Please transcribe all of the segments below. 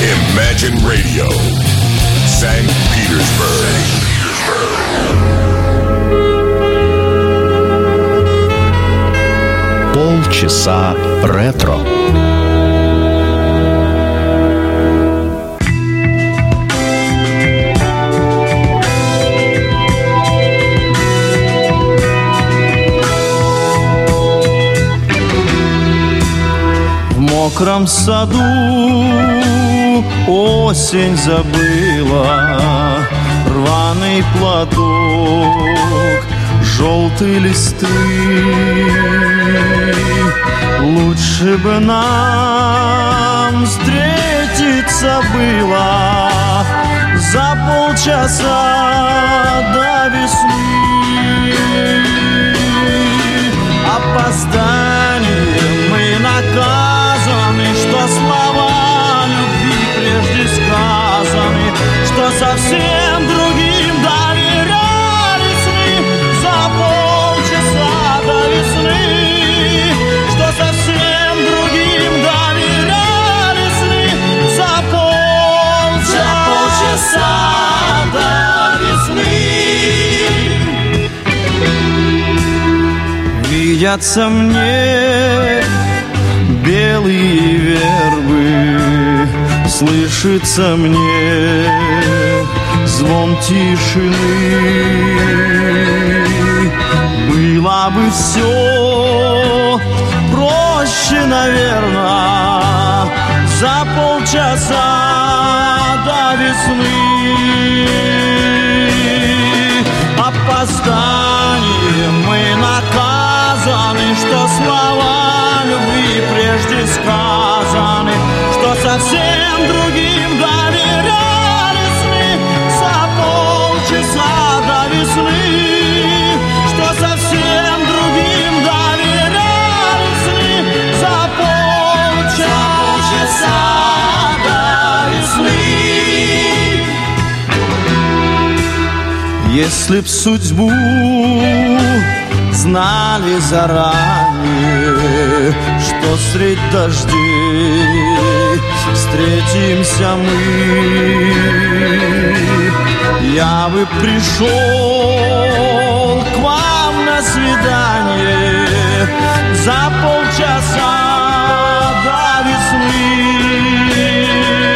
Imagine Radio, St. Petersburg. Полчаса ретро. В мокром саду осень забыла рваный платок, желтые листы. Лучше бы нам встретиться было за полчаса до весны. Опозданием мы наказаны, что слова любви прежде сказаны, что совсем другим доверялись мы за полчаса до весны, что совсем другим доверялись мы за полчаса до весны. Видятся мне белые вербы, слышится мне звон тишины. Было бы все проще, наверное, за полчаса до весны. Опозданием мы наказаны, что слова любви прежде сказаны, что совсем другим доверялись мы за полчаса до весны, что совсем другим доверялись мы за полчаса до весны. Если б судьбу знали заранее, что средь дождей встретимся мы, я бы пришел к вам на свидание за полчаса до весны.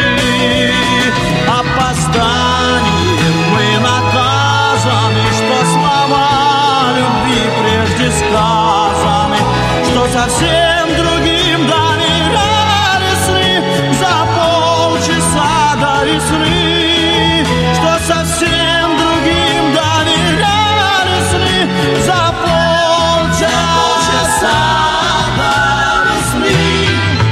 Опозданием мы наказаны, что слова любви прежде сказаны, что совсем другим доверялись мы за полчаса до весны, что совсем другим доверялись мы за полчаса до весны.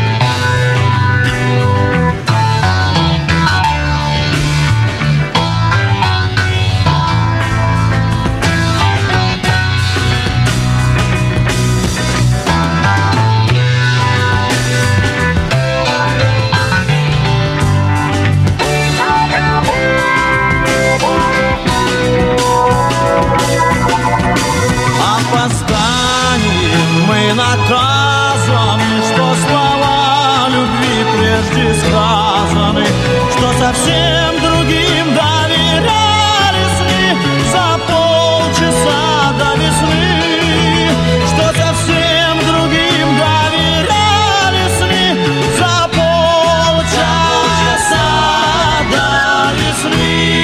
Мы наказаны, что слова любви прежде сказаны, что совсем другим доверялись мы за полчаса до весны, что совсем другим доверялись мы за полчаса до весны.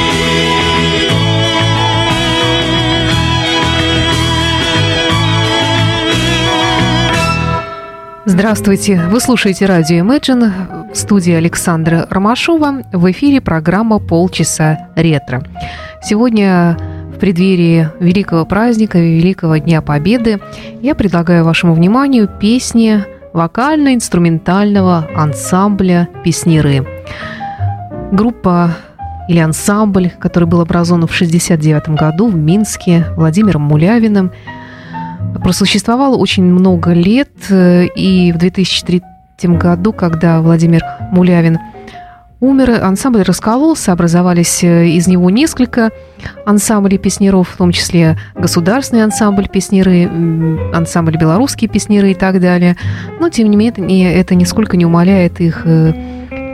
Здравствуйте! Вы слушаете радио Imagine, в студии Александра Ромашова. В эфире программа «Полчаса ретро». Сегодня, в преддверии великого праздника, Великого Дня Победы, я предлагаю вашему вниманию песни вокально-инструментального ансамбля «Песняры». Группа или ансамбль, который был образован в 1969 году в Минске Владимиром Мулявиным, просуществовал очень много лет, и в 2003 году, когда Владимир Мулявин умер, ансамбль раскололся, образовались из него несколько ансамблей песняров, в том числе государственный ансамбль песняры, ансамбль белорусские песняры и так далее. Но, тем не менее, это нисколько не умаляет их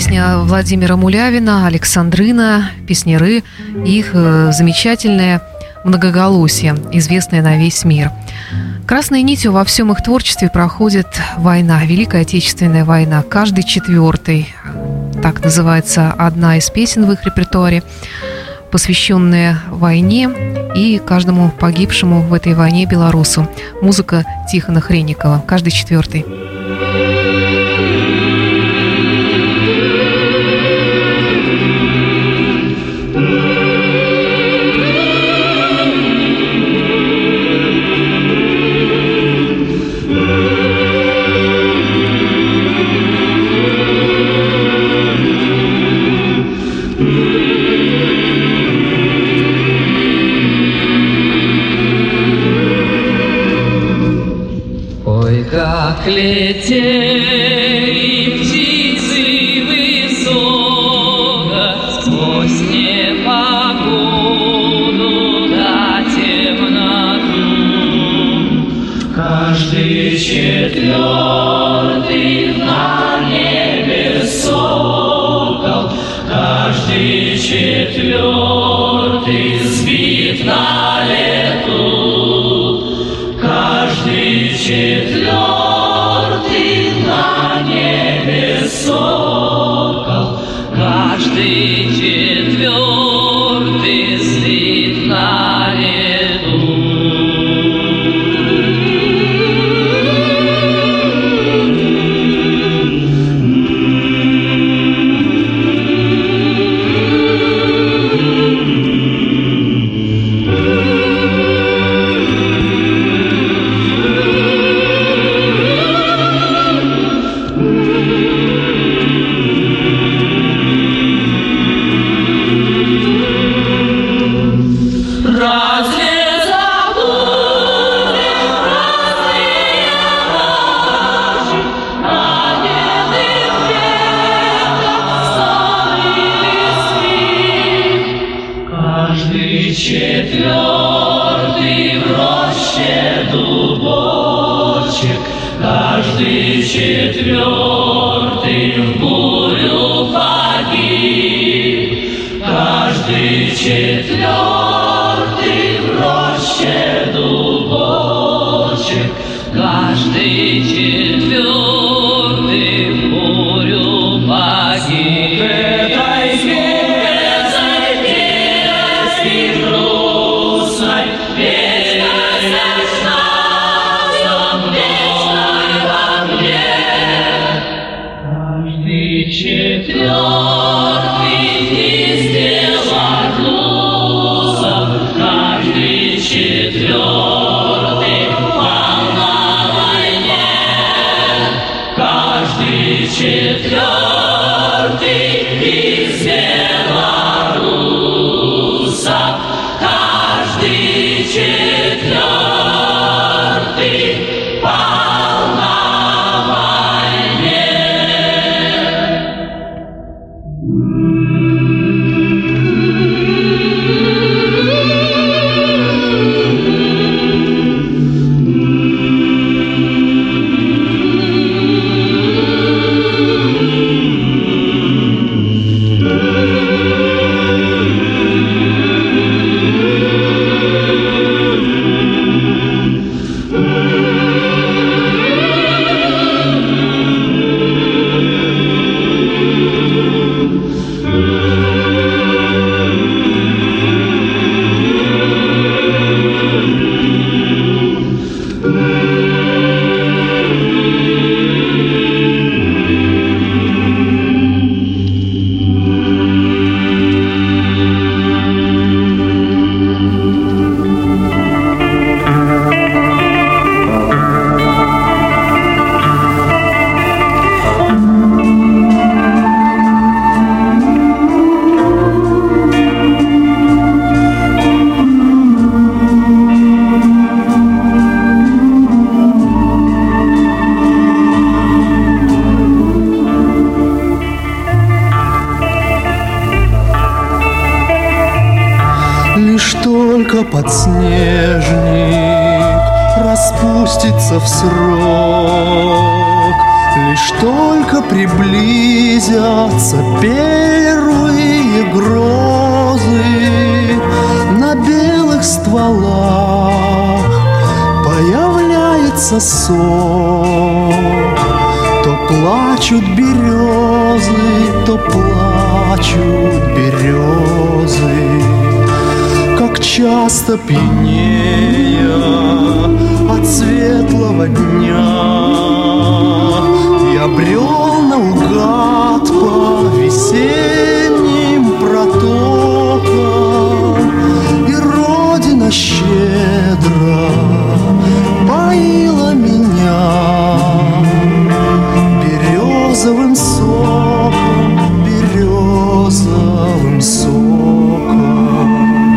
Песня Владимира Мулявина, Александрина, песняры, их замечательное многоголосие, известное на весь мир. Красной нитью во всем их творчестве проходит война, Великая Отечественная война. Каждый четвертый, так называется одна из песен в их репертуаре, посвященная войне и каждому погибшему в этой войне белорусу. Музыка Тихона Хренникова. Каждый четвертый. Как летели птицы высоко сквозь непогоду до темноту. Каждый четвертый на небе сокол, каждый четвертый сбит на лету, каждый четвертый сокол, каждый четвертый сбит на лету. Каждый четвертый в бурю погиб, каждый четвертый в роще дубочек, каждый четвертый в бурю погиб. Этой песни грустной четвертый везде воглузов, каждый четвертый пал на войне, каждый четвертый из белорусов, каждый четвертый пал на войне. Лишь только подснежник распустится в срок, Лишь только приблизятся первые грозы, на белых стволах появляется сок. То плачут березы, то плачут березы, как часто пьянея от светлого дня я брел наугад по весенним протокам, и Родина щедро поила меня березовым соком, березовым соком.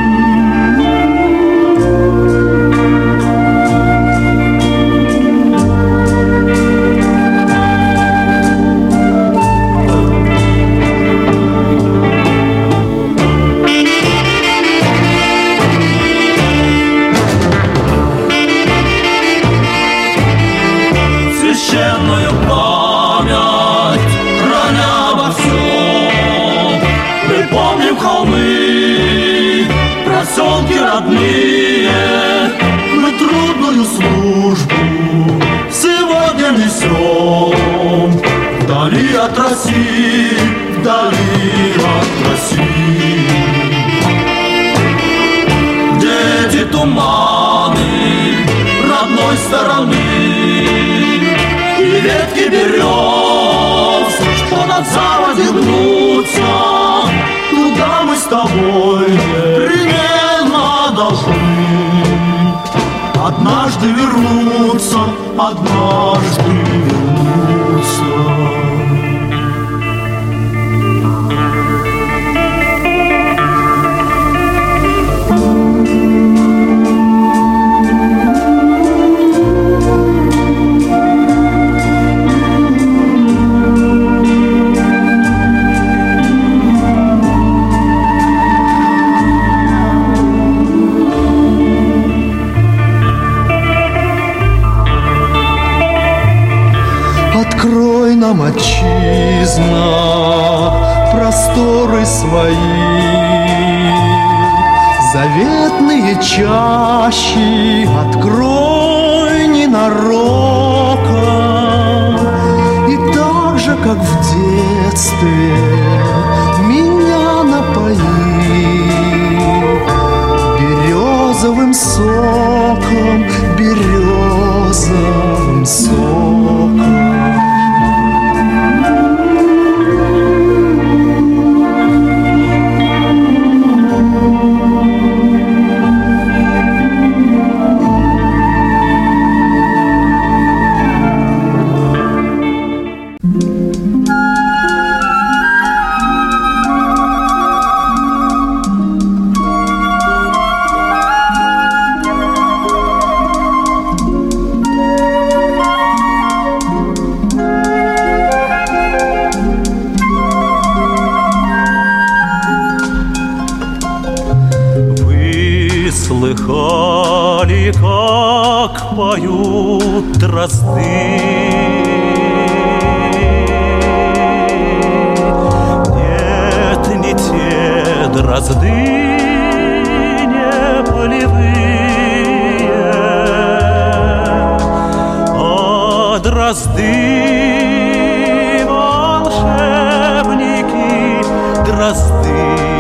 Священную память храня обо всем, мы помним холмы, проселки родные, мы трудную службу сегодня несем вдали от России, вдали от России. Где эти туманы родной стороны и ветки берез, что над заводью гнутся, туда мы с тобой непременно должны однажды вернуться, однажды вернуться. Открой нам, Отчизна, просторы свои, заветные чащи открой ненароком, и так же, как в детстве, меня напои березовым соком, березовым соком. Слыхали, как поют дрозды? Нет, не те дрозды, не полевые, а дрозды, волшебники, дрозды.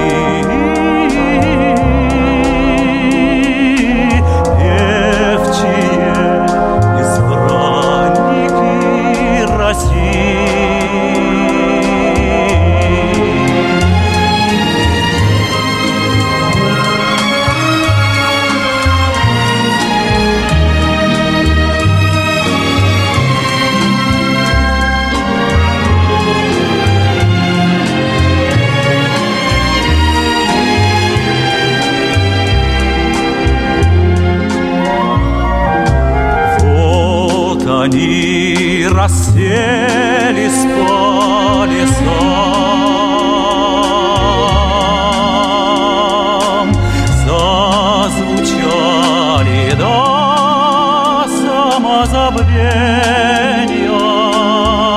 Они расселись по лесам, зазвучали до самозабвения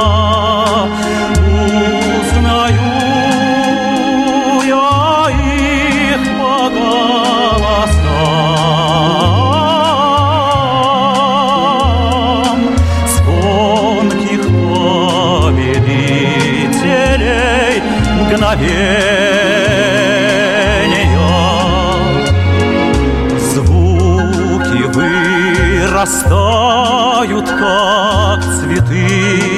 сияют, как цветы.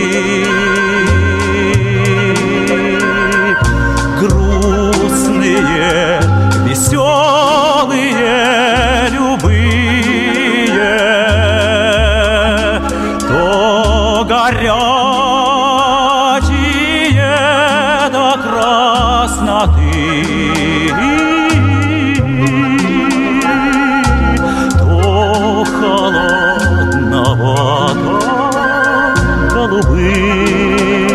Грустные, веселые, любые, то горячие до красноты, то холодновато-голубые.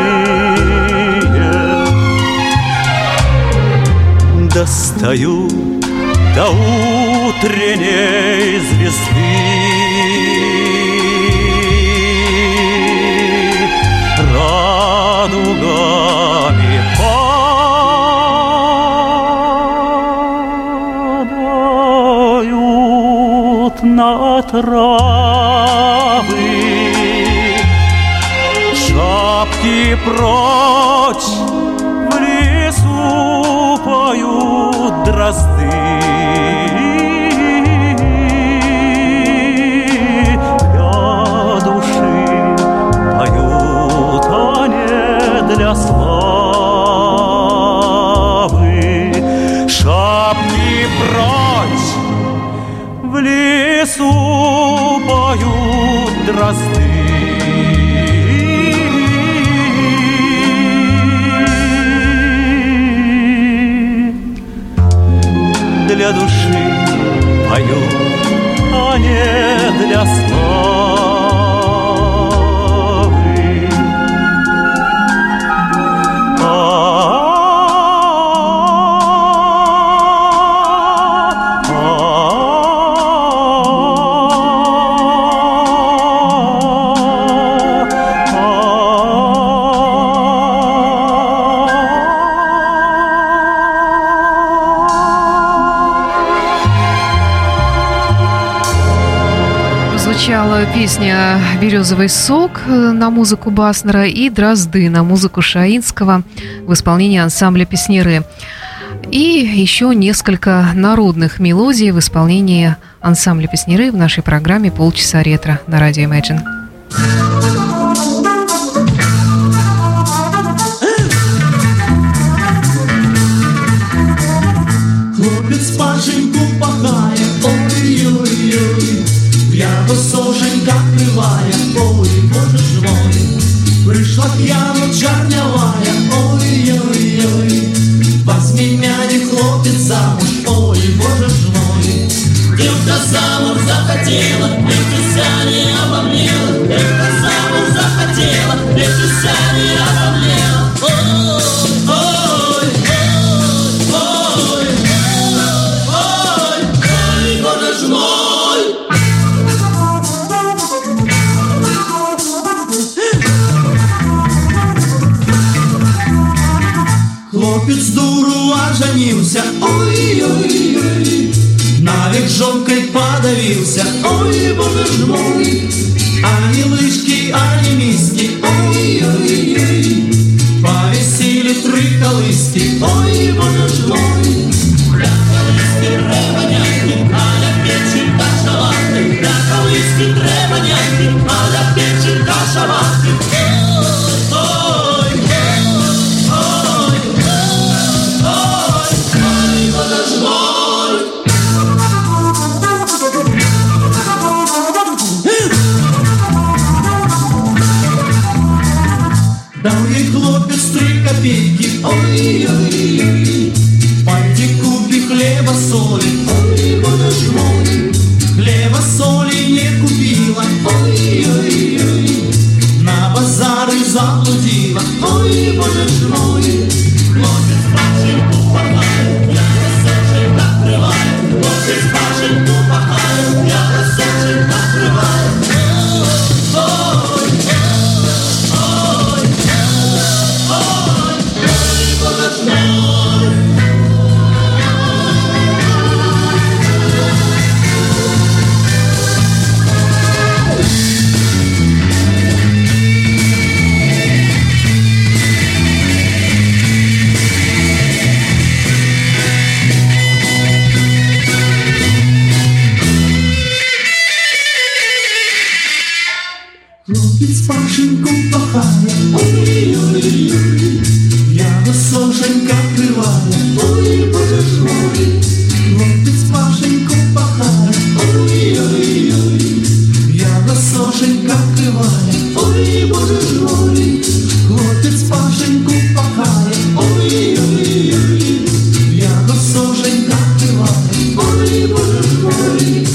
Достаю до утренней звезды, радугами падают на травы, шапки прочь в лесу поют дрозды. Для души поют, а не для славы. Шапки прочь в лесу поют дрозды. Для души поют, а не для славы. Звучала песня «Березовый сок» на музыку Баснера и «Дрозды» на музыку Шаинского в исполнении ансамбля «Песняры». И еще несколько народных мелодий в исполнении ансамбля «Песняры» в нашей программе «Полчаса ретро» на радио Imagine. Хлопец Пашеньку пахая, ой-ой-ой, сошенька крылая, ой, боже ж мой, пришла к яму чарнявая, ой-ой-ой, возьми меня, хлопец, замуж, ой, боже ж мой. Девка замуж захотела, девка не обомлела, девка замуж захотела, девка не обомлела, ой, ой, ой, ой, боже ж мой. Хлопец дуру оженился, ой-ой-ой, навек жонкой подавился, ой, боже ж мой. Ани лыжки, ани миски, ой-ой-ой, повесили три колыски, ой, боже ж мой. Для колыски треба няньки, а для печи кашаваты, для колыски треба няньки, а для печи кашаваты. Дал ей хлопец 3 копейки, ой-ой-ой, пойди купи хлеба, соли, ой, боже ж мой. Хлеба, соли не купила, ой-ой-ой, на базары заблудила, ой, боже ж мой. Хлопец Пашеньку пахает, я сошенька открываю, хлопец Пашеньку пахает, я сошенька открываю. Хлопець пашеньку пахає, ой-ой-ой, яго соженька криває, ой, боже ж мой. Хлопець пашеньку пахає, ой-ой-ой, яго соженька криває, ой, боже ж мой. Хлопець пашеньку пахає, ой-ой-ой, яго соженька криває, ой, боже ж мой.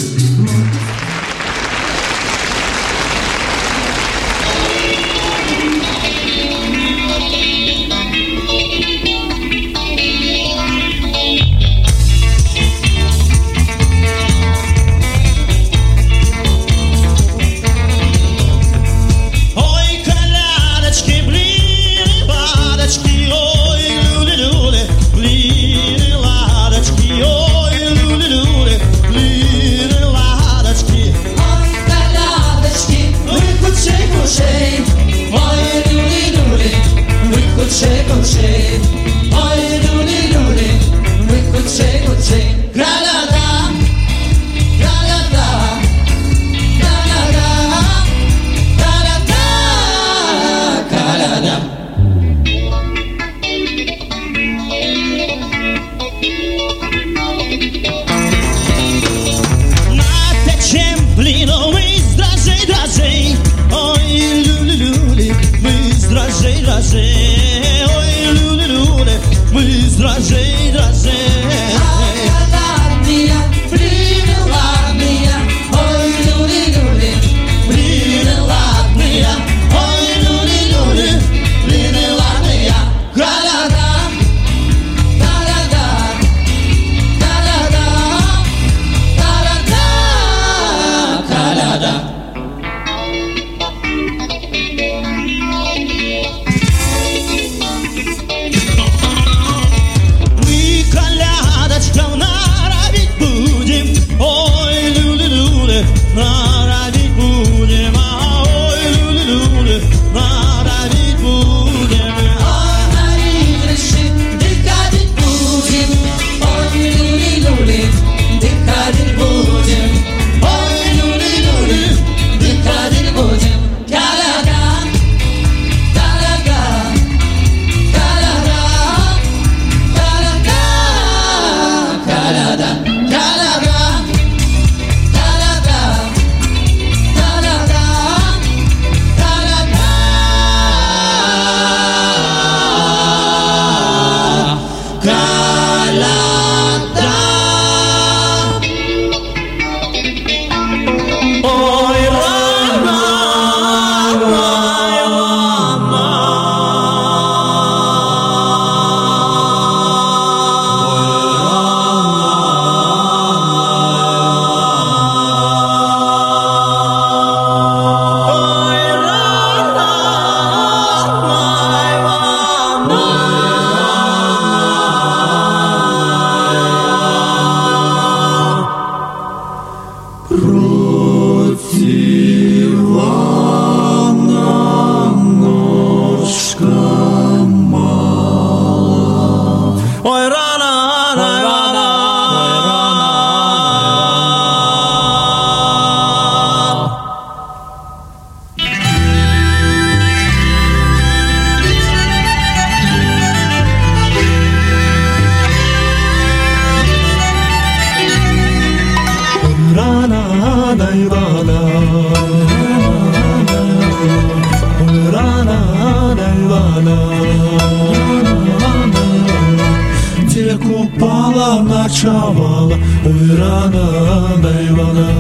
Купала, ночевала, ой, рано, да Ивана.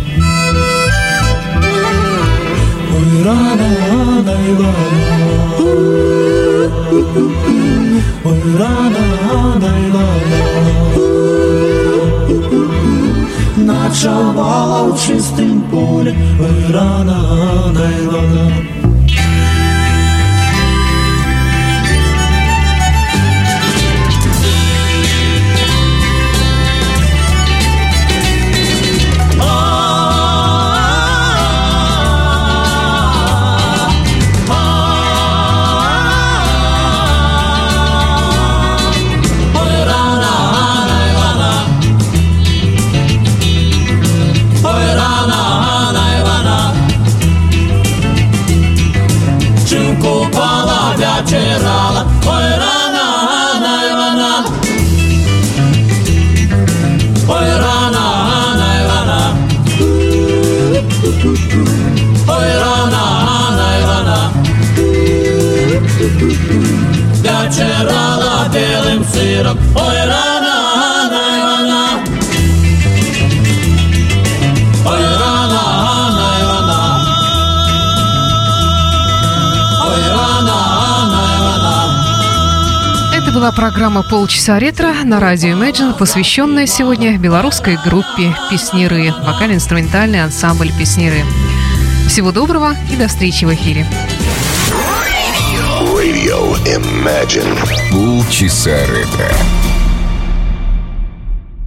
Ой, рано, да Ивана. Ой, рано, да Ивана. Ночевала в чистом поле, ой, рано, да Ивана. вечерала, ой, рано, рано, ой, рано, рано, ой, рано, рано, вечерала белым сыром, ой, рано, рано, ой, рано, рано, ой, рано, рано. Это была программа «Полчаса ретро» на радио Imagine, посвященная сегодня белорусской группе «Песняры», вокально-инструментальный ансамбль «Песняры». Всего доброго и до встречи в эфире. Radio Imagine. Полчаса ретро.